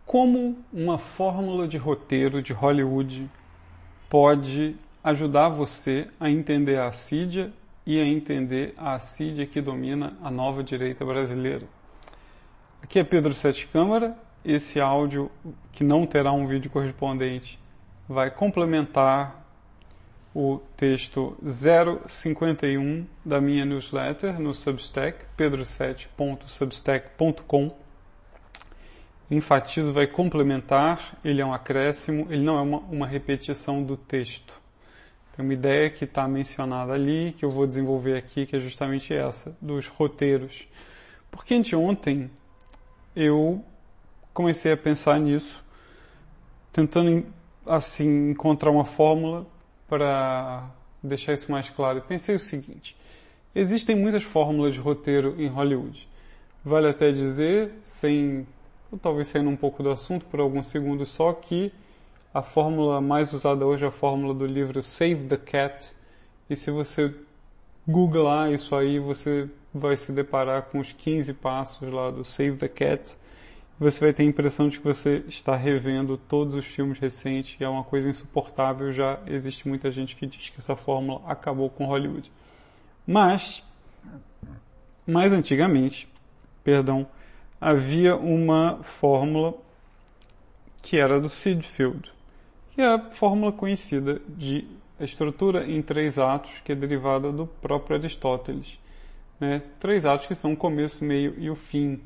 Como uma fórmula de roteiro de Hollywood pode ajudar você a entender a assídia e a entender a assídia que domina a nova direita brasileira? Aqui é Pedro Sete Câmara. Esse áudio, que não terá um vídeo correspondente, vai complementar o texto 051 da minha newsletter no Substack, pedro7.substack.com. Enfatizo, vai complementar, ele é um acréscimo, ele não é uma repetição do texto. Tem uma ideia que está mencionada ali, que eu vou desenvolver aqui, que é justamente essa, dos roteiros. Porque anteontem eu comecei a pensar nisso, tentando assim encontrar uma fórmula para deixar isso mais claro. Eu pensei o seguinte: existem muitas fórmulas de roteiro em Hollywood. Vale até dizer, talvez saindo um pouco do assunto por alguns segundos só, que a fórmula mais usada hoje é a fórmula do livro Save the Cat. E se você googlar isso aí, você vai se deparar com os 15 passos lá do Save the Cat. Você vai ter a impressão de que você está revendo todos os filmes recentes, e é uma coisa insuportável. Já existe muita gente que diz que essa fórmula acabou com Hollywood. Mas, mais antigamente, havia uma fórmula que era do Seinfeld, que é a fórmula conhecida de estrutura em 3 atos, que é derivada do próprio Aristóteles. 3 atos que são o começo, meio e o fim.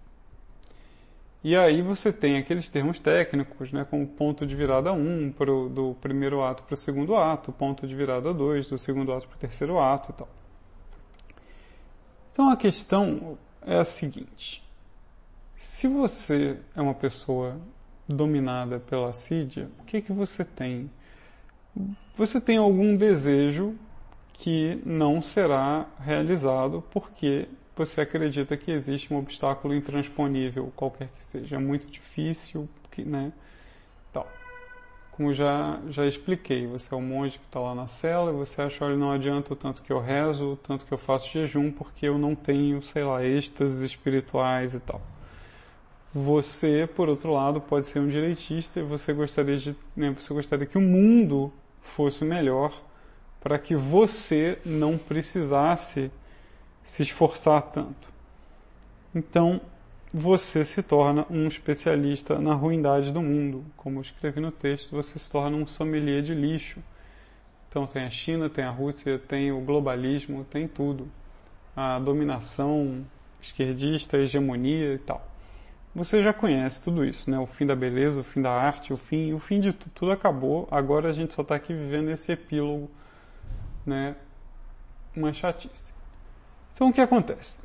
E aí você tem aqueles termos técnicos, como ponto de virada 1 do primeiro ato para o segundo ato, ponto de virada 2 do segundo ato para o terceiro ato e tal. Então a questão é a seguinte: se você é uma pessoa dominada pela assídia, o que você tem? Você tem algum desejo que não será realizado porque você acredita que existe um obstáculo intransponível, qualquer que seja. É muito difícil, tal. Como já expliquei, você é um monge que está lá na cela e você acha, olha, não adianta o tanto que eu rezo, o tanto que eu faço jejum, porque eu não tenho, êxtases espirituais e tal. Você, por outro lado, pode ser um direitista e você gostaria que o mundo fosse melhor para que você não precisasse se esforçar tanto. Então, você se torna um especialista na ruindade do mundo. Como eu escrevi no texto, você se torna um sommelier de lixo. Então tem a China, tem a Rússia, tem o globalismo, tem tudo. A dominação esquerdista, a hegemonia e tal. Você já conhece tudo isso, O fim da beleza, o fim da arte, o fim de tudo, tudo acabou. Agora a gente só está aqui vivendo esse epílogo, uma chatice. Então o que acontece?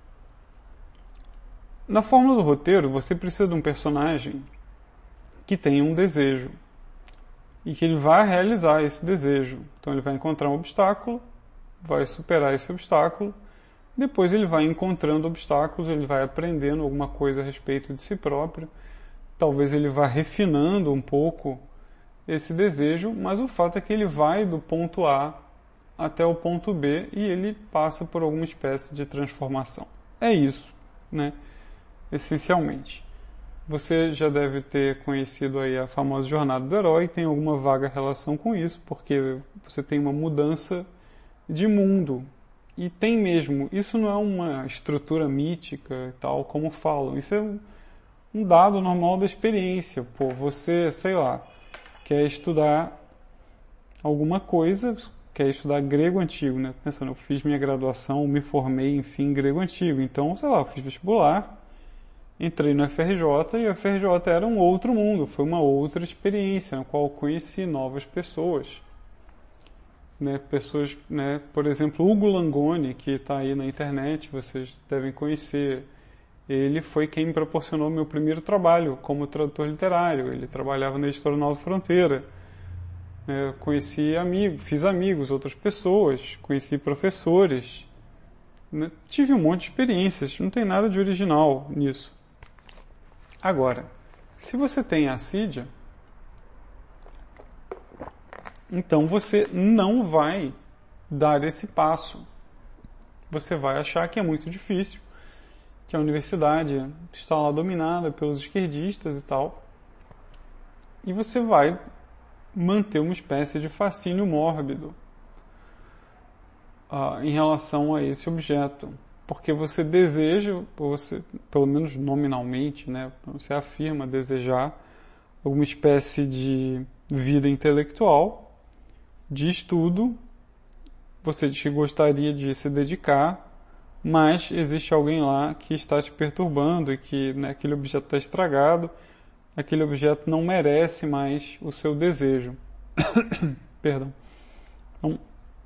Na fórmula do roteiro, você precisa de um personagem que tenha um desejo e que ele vai realizar esse desejo. Então ele vai encontrar um obstáculo, vai superar esse obstáculo, depois ele vai encontrando obstáculos, ele vai aprendendo alguma coisa a respeito de si próprio, talvez ele vá refinando um pouco esse desejo, mas o fato é que ele vai do ponto A até o ponto B e ele passa por alguma espécie de transformação. É isso, essencialmente. Você já deve ter conhecido aí a famosa jornada do herói, tem alguma vaga relação com isso, porque você tem uma mudança de mundo. E tem mesmo, isso não é uma estrutura mítica e tal, como falam. Isso é um dado normal da experiência. Você, quer estudar alguma coisa, quer estudar grego antigo, Pensando, eu fiz minha graduação, me formei, enfim, em grego antigo. Então, eu fiz vestibular, entrei no FRJ e o FRJ era um outro mundo, foi uma outra experiência, na qual conheci novas pessoas. Pessoas, por exemplo, Ugo Langoni, que está aí na internet, vocês devem conhecer. Ele foi quem me proporcionou meu primeiro trabalho como tradutor literário. Ele trabalhava na Editora Nova Fronteira. Conheci amigos, fiz amigos, outras pessoas, conheci professores. Tive um monte de experiências, não tem nada de original nisso. Agora, se você tem assídia, então você não vai dar esse passo. Você vai achar que é muito difícil que a universidade está lá dominada pelos esquerdistas e tal, e você vai manter uma espécie de fascínio mórbido em relação a esse objeto, porque você deseja, você, pelo menos nominalmente, né, você afirma desejar alguma espécie de vida intelectual, de estudo, você diz que gostaria de se dedicar, mas existe alguém lá que está te perturbando e que, né, aquele objeto está estragado, aquele objeto não merece mais o seu desejo. Perdão. Então,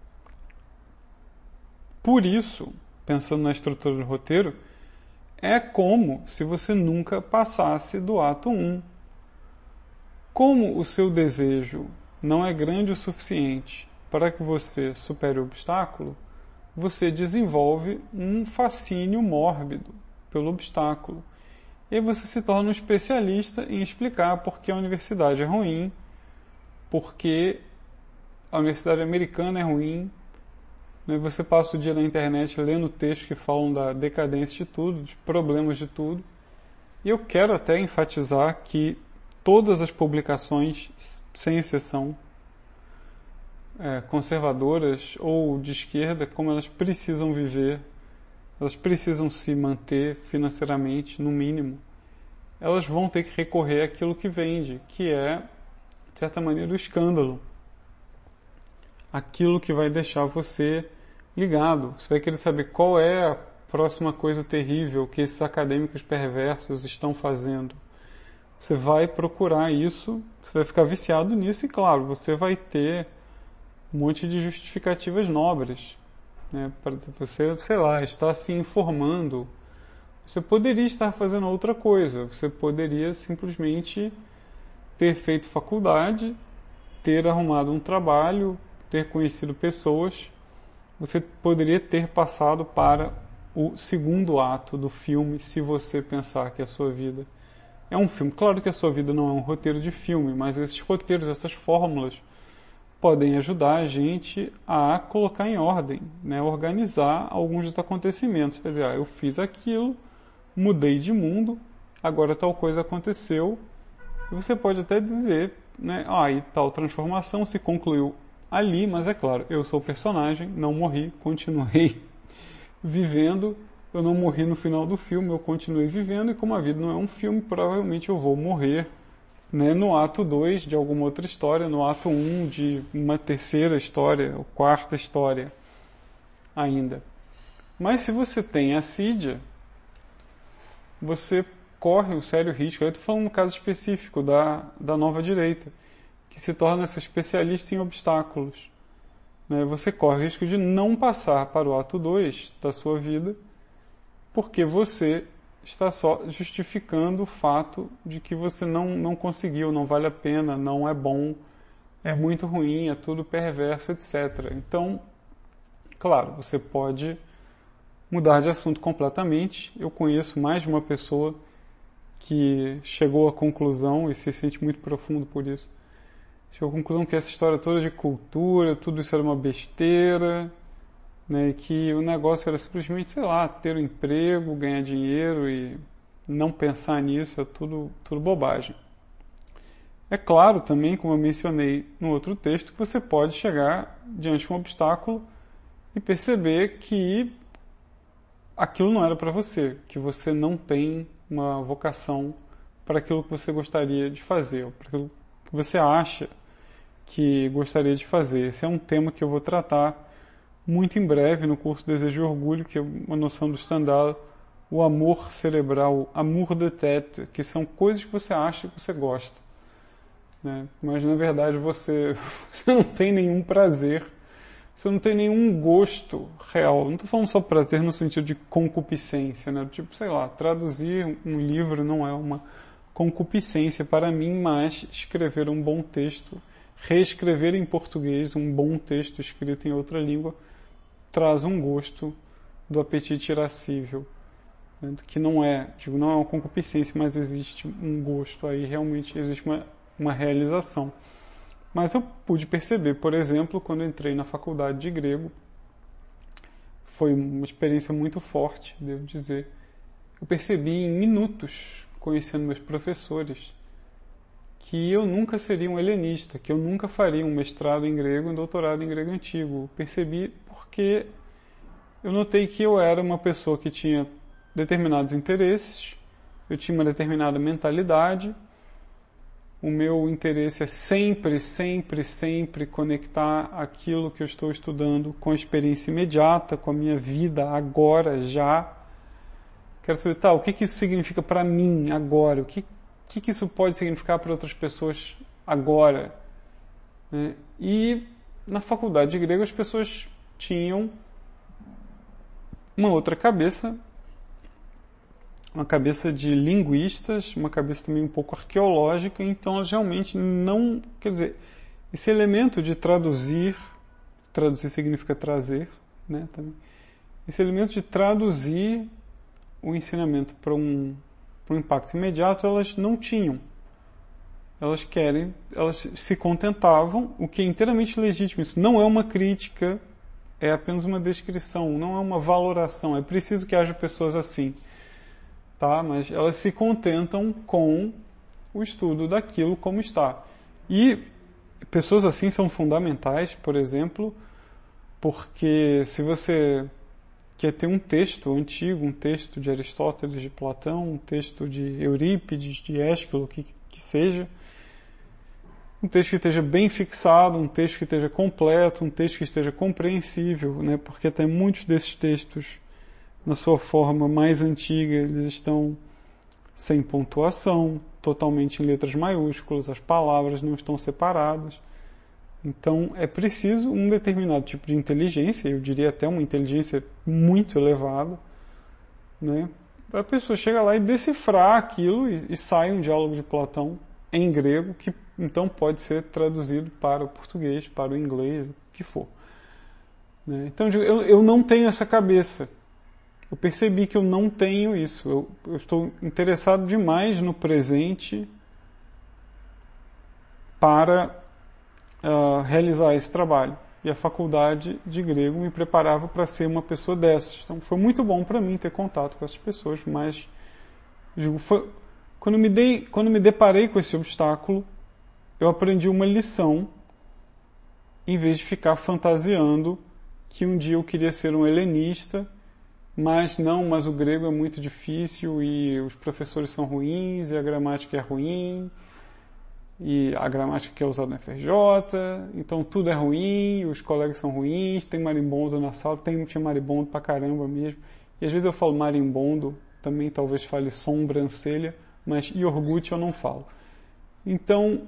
por isso, pensando na estrutura do roteiro, é como se você nunca passasse do ato 1. Como o seu desejo não é grande o suficiente para que você supere o obstáculo, você desenvolve um fascínio mórbido pelo obstáculo. E aí você se torna um especialista em explicar por que a universidade é ruim, por que a universidade americana é ruim. Você passa o dia na internet lendo textos que falam da decadência de tudo, dos problemas de tudo. E eu quero até enfatizar que todas as publicações, sem exceção, conservadoras ou de esquerda, como elas precisam viver, elas precisam se manter financeiramente, no mínimo, elas vão ter que recorrer àquilo que vende, que é, de certa maneira, o escândalo. Aquilo que vai deixar você ligado. Você vai querer saber qual é a próxima coisa terrível que esses acadêmicos perversos estão fazendo. Você vai procurar isso, você vai ficar viciado nisso e, claro, você vai ter um monte de justificativas nobres, né, para você, sei lá, estar se informando. Você poderia estar fazendo outra coisa, você poderia simplesmente ter feito faculdade, ter arrumado um trabalho, ter conhecido pessoas. Você poderia ter passado para o segundo ato do filme, se você pensar que a sua vida é um filme. Claro que a sua vida não é um roteiro de filme, mas esses roteiros, essas fórmulas, podem ajudar a gente a colocar em ordem, né, organizar alguns dos acontecimentos. Quer dizer, eu fiz aquilo, mudei de mundo, agora tal coisa aconteceu, e você pode até dizer, né, e tal transformação se concluiu ali, mas é claro, eu sou o personagem, não morri, continuei vivendo, eu não morri no final do filme, eu continuei vivendo, e como a vida não é um filme, provavelmente eu vou morrer, né, no ato 2 de alguma outra história, no ato 1 de uma terceira história, ou quarta história ainda. Mas se você tem assídia, você corre um sério risco. Eu estou falando no caso específico da nova direita, que se torna essa especialista em obstáculos. Né? Você corre o risco de não passar para o ato 2 da sua vida, porque você está só justificando o fato de que você não conseguiu, não vale a pena, não é bom, é muito ruim, é tudo perverso, etc. Então, claro, você pode mudar de assunto completamente. Eu conheço mais de uma pessoa que chegou à conclusão, e se sente muito profundo por isso, chegou à conclusão que essa história toda de cultura, tudo isso era uma besteira, né, que o negócio era simplesmente, sei lá, ter um emprego, ganhar dinheiro e não pensar nisso, é tudo bobagem. É claro também, como eu mencionei no outro texto, que você pode chegar diante de um obstáculo e perceber que aquilo não era para você, que você não tem uma vocação para aquilo que você gostaria de fazer, ou para aquilo que você acha que gostaria de fazer. Esse é um tema que eu vou tratar muito em breve no curso Desejo e Orgulho, que é uma noção do Stendhal, o amor cerebral, amour de tête, que são coisas que você acha que você gosta, né? Mas na verdade você não tem nenhum prazer, você não tem nenhum gosto real. Não estou falando só prazer no sentido de concupiscência, né? Tipo, sei lá, traduzir um livro não é uma concupiscência para mim, mas escrever um bom texto, reescrever em português um bom texto escrito em outra língua, traz um gosto do apetite irascível, né, que não é uma concupiscência, mas existe um gosto, aí realmente existe uma realização. Mas eu pude perceber, por exemplo, quando entrei na faculdade de grego, foi uma experiência muito forte, devo dizer. eu percebi em minutos, conhecendo meus professores, que eu nunca seria um helenista, que eu nunca faria um mestrado em grego, um doutorado em grego antigo. Percebi porque eu notei que eu era uma pessoa que tinha determinados interesses, eu tinha uma determinada mentalidade. O meu interesse é sempre, sempre, sempre conectar aquilo que eu estou estudando com a experiência imediata, com a minha vida agora, já. Quero saber, o que isso significa para mim agora? O que isso pode significar para outras pessoas agora? Né? E na faculdade de grego as pessoas tinham uma outra cabeça, uma cabeça de linguistas, uma cabeça também um pouco arqueológica, então elas realmente não... Quer dizer, esse elemento de traduzir significa trazer, né, também. Esse elemento de traduzir o ensinamento para um impacto imediato, elas não tinham. Elas se contentavam, o que é inteiramente legítimo. Isso não é uma crítica, é apenas uma descrição, não é uma valoração. É preciso que haja pessoas assim. Tá? Mas elas se contentam com o estudo daquilo como está. E pessoas assim são fundamentais, por exemplo, porque se você quer ter um texto antigo, um texto de Aristóteles, de Platão, um texto de Eurípides, de Ésquilo, que seja, um texto que esteja bem fixado, um texto que esteja completo, um texto que esteja compreensível, né? Porque tem muitos desses textos, na sua forma mais antiga, eles estão sem pontuação, totalmente em letras maiúsculas, as palavras não estão separadas. Então é preciso um determinado tipo de inteligência, eu diria até uma inteligência muito elevada, né? Para a pessoa chegar lá e decifrar aquilo e sai um diálogo de Platão em grego, que então pode ser traduzido para o português, para o inglês, o que for. Né? Então eu não tenho essa cabeça. Eu percebi que eu não tenho isso. Eu estou interessado demais no presente para realizar esse trabalho. E a faculdade de grego me preparava para ser uma pessoa dessas. Então foi muito bom para mim ter contato com essas pessoas, mas quando me deparei com esse obstáculo, eu aprendi uma lição, em vez de ficar fantasiando que um dia eu queria ser um helenista, mas o grego é muito difícil e os professores são ruins e a gramática é ruim e a gramática que é usada no FRJ, então tudo é ruim, os colegas são ruins, tem marimbondo na sala, tinha marimbondo pra caramba mesmo, e às vezes eu falo marimbondo, também talvez fale sobrancelha, mas iogurte eu não falo. Então,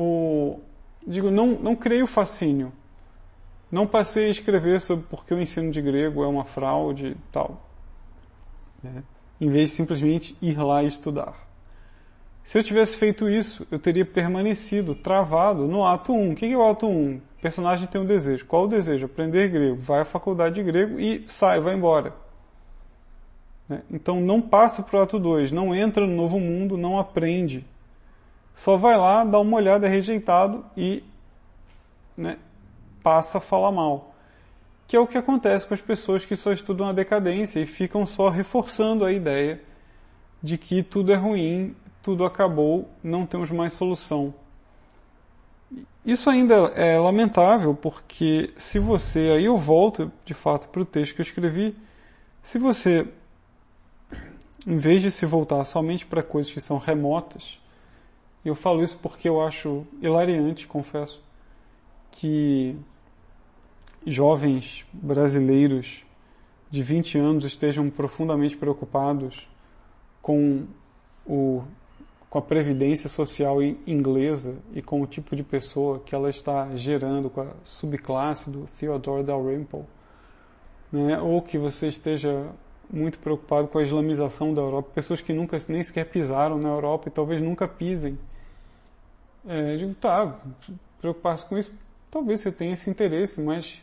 não criei o fascínio. Não passei a escrever sobre porque o ensino de grego é uma fraude e tal. Né? Em vez de simplesmente ir lá e estudar. Se eu tivesse feito isso, eu teria permanecido, travado, no ato 1. O que é o ato 1? O personagem tem um desejo. Qual o desejo? Aprender grego. Vai à faculdade de grego e vai embora. Né? Então não passa para o ato 2. Não entra no novo mundo, não aprende. Só vai lá, dá uma olhada, é rejeitado e... né, passa a falar mal. Que é o que acontece com as pessoas que só estudam a decadência e ficam só reforçando a ideia de que tudo é ruim, tudo acabou, não temos mais solução. Isso ainda é lamentável, porque se você... Aí eu volto, de fato, para o texto que eu escrevi. Se você, em vez de se voltar somente para coisas que são remotas, e eu falo isso porque eu acho hilariante, confesso, que jovens brasileiros de 20 anos estejam profundamente preocupados com a previdência social inglesa e com o tipo de pessoa que ela está gerando, com a subclasse do Theodore Dalrymple, né? Ou que você esteja muito preocupado com a islamização da Europa, pessoas que nunca nem sequer pisaram na Europa e talvez nunca pisem. Preocupar-se com isso, talvez você tenha esse interesse, mas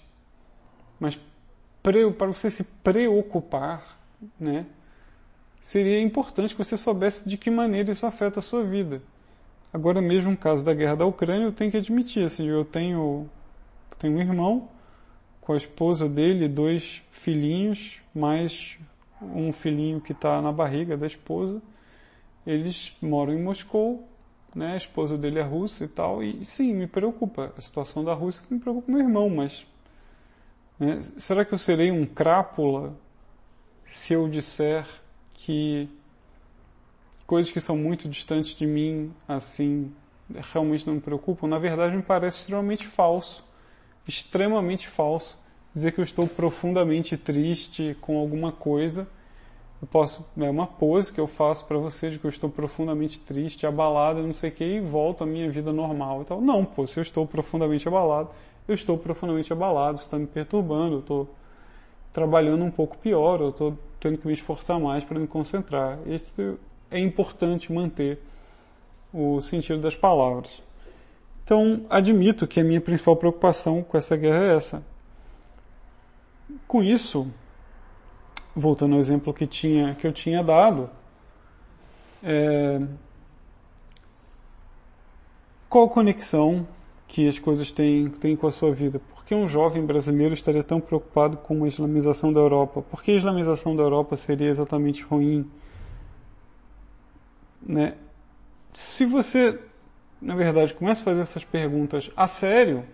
para você se preocupar, né, seria importante que você soubesse de que maneira isso afeta a sua vida. Agora mesmo, no caso da guerra da Ucrânia, eu tenho que admitir, assim, eu tenho um irmão com a esposa dele, 2 filhinhos, mais um filhinho que está na barriga da esposa. Eles moram em Moscou, né? A esposa dele é russa e tal, e sim, me preocupa a situação da Rússia, me preocupa meu irmão, mas né, será que eu serei um crápula se eu disser que coisas que são muito distantes de mim, assim, realmente não me preocupam? Na verdade, me parece extremamente falso, dizer que eu estou profundamente triste com alguma coisa. É uma pose que eu faço para você de que eu estou profundamente triste, abalado, não sei o que, e volto à minha vida normal e tal. Não, pô, se eu estou profundamente abalado, eu estou profundamente abalado, isso está me perturbando, eu estou trabalhando um pouco pior, eu estou tendo que me esforçar mais para me concentrar. Isso é importante manter o sentido das palavras. Então, admito que a minha principal preocupação com essa guerra é essa. Com isso, voltando ao exemplo que eu tinha dado, qual a conexão que as coisas têm com a sua vida? Por que um jovem brasileiro estaria tão preocupado com a islamização da Europa? Por que a islamização da Europa seria exatamente ruim? Né? Se você, na verdade, começa a fazer essas perguntas a sério,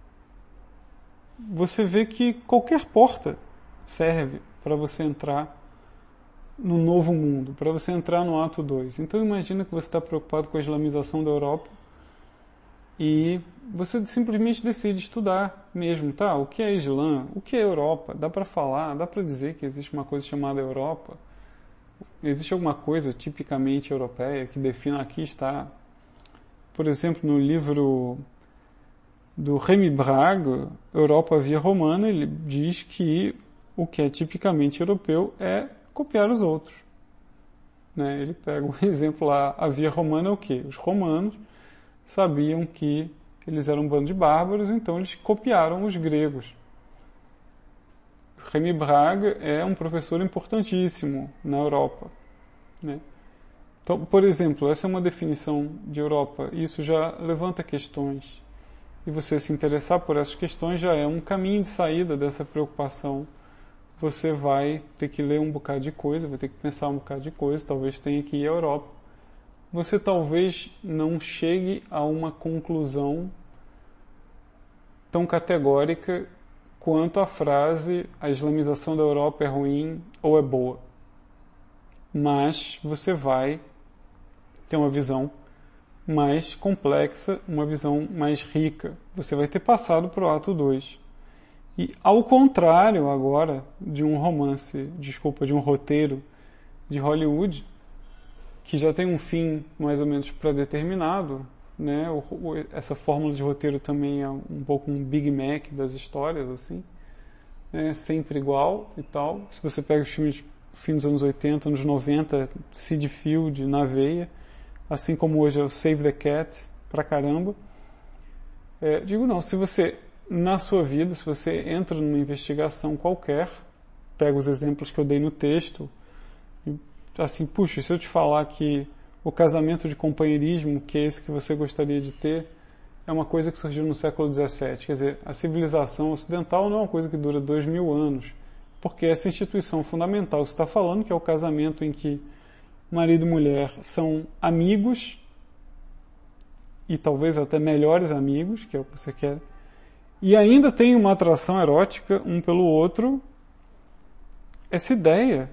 você vê que qualquer porta serve para você entrar no novo mundo, para você entrar no ato 2. Então imagina que você está preocupado com a islamização da Europa e você simplesmente decide estudar mesmo, tá? O que é Islã? O que é Europa? Dá para falar, dá para dizer que existe uma coisa chamada Europa? Existe alguma coisa tipicamente europeia que defina aqui está? Por exemplo, no livro do Remy Brague, Europa Via Romana, ele diz que o que é tipicamente europeu é copiar os outros. Né? Ele pega um exemplo lá, a Via Romana é o quê? Os romanos sabiam que eles eram um bando de bárbaros, então eles copiaram os gregos. Remy Brague é um professor importantíssimo na Europa. Né? Então, por exemplo, essa é uma definição de Europa, e isso já levanta questões. E você se interessar por essas questões já é um caminho de saída dessa preocupação. Você vai ter que ler um bocado de coisa, vai ter que pensar um bocado de coisa, talvez tenha que ir à Europa. Você talvez não chegue a uma conclusão tão categórica quanto a frase a islamização da Europa é ruim ou é boa. Mas você vai ter uma visão mais complexa, uma visão mais rica. Você vai ter passado para o ato 2. E ao contrário agora de um de um roteiro de Hollywood, que já tem um fim mais ou menos pré-determinado, né? Essa fórmula de roteiro também é um pouco um Big Mac das histórias, assim, é sempre igual e tal. Se você pega os filmes dos anos 80, anos 90, Sid Field, na veia, assim como hoje é o Save the Cat, pra caramba. Digo não, se você, na sua vida, se você entra numa investigação qualquer, pega os exemplos que eu dei no texto, e, assim, puxa, se eu te falar que o casamento de companheirismo, que é esse que você gostaria de ter, é uma coisa que surgiu no século XVII. Quer dizer, a civilização ocidental não é uma coisa que dura 2000 anos, porque essa instituição fundamental que você está falando, que é o casamento em que marido e mulher são amigos, e talvez até melhores amigos, que é o que você quer, e ainda tem uma atração erótica um pelo outro, essa ideia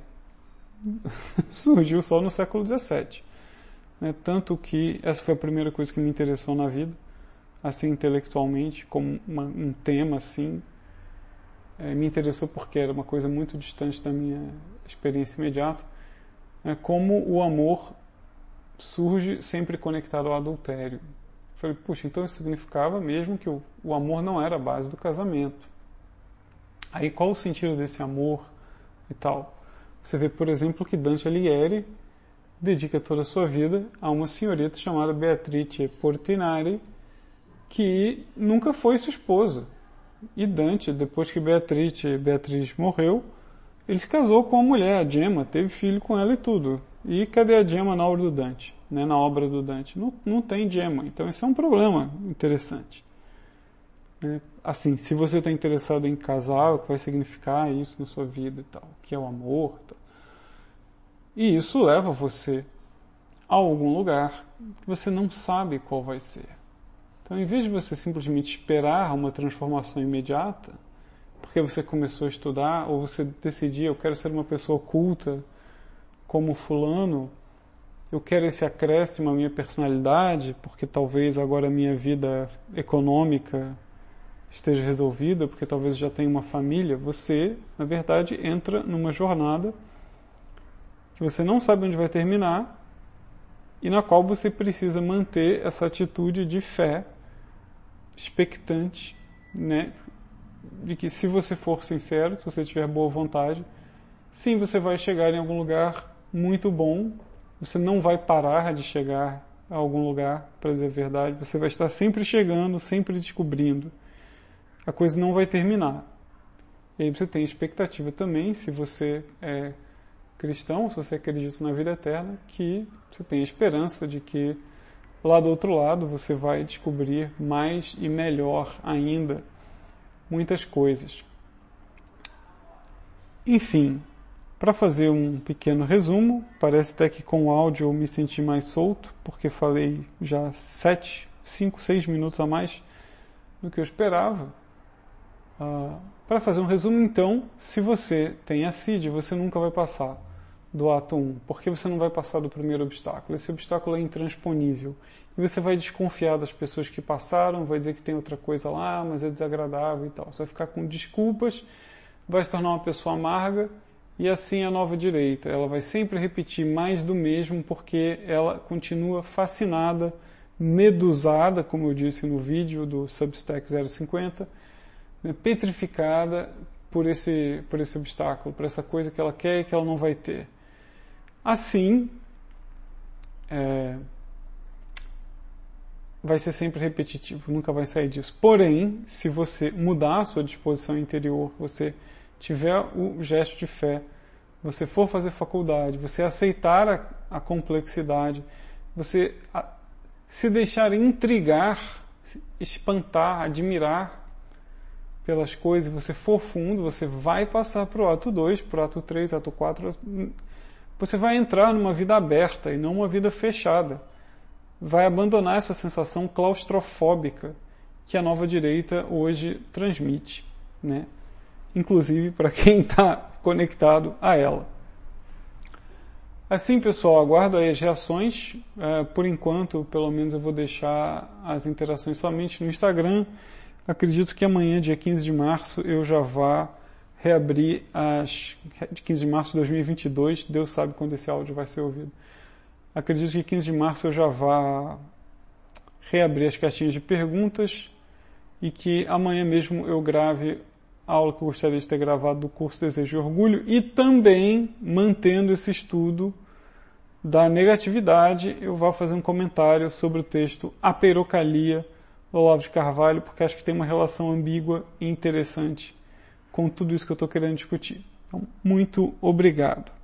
surgiu só no século XVII. Né? Tanto que essa foi a primeira coisa que me interessou na vida, assim, intelectualmente, como um tema, assim. Me interessou porque era uma coisa muito distante da minha experiência imediata. Como o amor surge sempre conectado ao adultério. Falei, puxa, então isso significava mesmo que o amor não era a base do casamento. Aí qual o sentido desse amor e tal? Você vê, por exemplo, que Dante Alighieri dedica toda a sua vida a uma senhorita chamada Beatrice Portinari, que nunca foi sua esposa. E Dante, depois que Beatriz morreu, ele se casou com uma mulher, a Gemma, teve filho com ela e tudo. E cadê a Gemma na obra do Dante? Né, na obra do Dante? Não tem Gemma. Então isso é um problema interessante. Assim, se você está interessado em casar, o que vai significar isso na sua vida e tal, que é o amor e tal. E isso leva você a algum lugar que você não sabe qual vai ser. Então, em vez de você simplesmente esperar uma transformação imediata, porque você começou a estudar, ou você decidir, eu quero ser uma pessoa culta como fulano, eu quero esse acréscimo à minha personalidade, porque talvez agora a minha vida econômica esteja resolvida, porque talvez eu já tenha uma família, você, na verdade, entra numa jornada que você não sabe onde vai terminar e na qual você precisa manter essa atitude de fé expectante, né? De que se você for sincero, se você tiver boa vontade, sim, você vai chegar em algum lugar muito bom, você não vai parar de chegar a algum lugar, para dizer a verdade, você vai estar sempre chegando, sempre descobrindo. A coisa não vai terminar. E aí você tem expectativa também, se você é cristão, se você acredita na vida eterna, que você tem esperança de que lá do outro lado você vai descobrir mais e melhor ainda muitas coisas. Enfim, para fazer um pequeno resumo, parece até que com o áudio eu me senti mais solto, porque falei já 5, 6 minutos a mais do que eu esperava. Para fazer um resumo, então, se você tem a CID, você nunca vai passar do ato 1, porque você não vai passar do primeiro obstáculo. Esse obstáculo é intransponível. E você vai desconfiar das pessoas que passaram, vai dizer que tem outra coisa lá, mas é desagradável e tal. Você vai ficar com desculpas, vai se tornar uma pessoa amarga, e assim a nova direita. Ela vai sempre repetir mais do mesmo, porque ela continua fascinada, medusada, como eu disse no vídeo do Substack 050, petrificada por esse obstáculo, por essa coisa que ela quer e que ela não vai ter. Assim, vai ser sempre repetitivo, nunca vai sair disso. Porém, se você mudar a sua disposição interior, você tiver o gesto de fé, você for fazer faculdade, você aceitar a complexidade, você se deixar intrigar, espantar, admirar pelas coisas, você for fundo, você vai passar para o ato 2, para o ato 3, ato 4, você vai entrar numa vida aberta e não uma vida fechada. Vai abandonar essa sensação claustrofóbica que a nova direita hoje transmite, né? Inclusive para quem está conectado a ela. Assim, pessoal, aguardo aí as reações. Por enquanto, pelo menos eu vou deixar as interações somente no Instagram. Acredito que amanhã, dia 15 de março, eu já vá reabrir de 15 de março de 2022, Deus sabe quando esse áudio vai ser ouvido. Acredito que 15 de março eu já vá reabrir as caixinhas de perguntas e que amanhã mesmo eu grave a aula que eu gostaria de ter gravado do curso Desejo e Orgulho e também, mantendo esse estudo da negatividade, eu vou fazer um comentário sobre o texto A Perocalia, do Olavo de Carvalho, porque acho que tem uma relação ambígua e interessante com tudo isso que eu estou querendo discutir. Então, muito obrigado.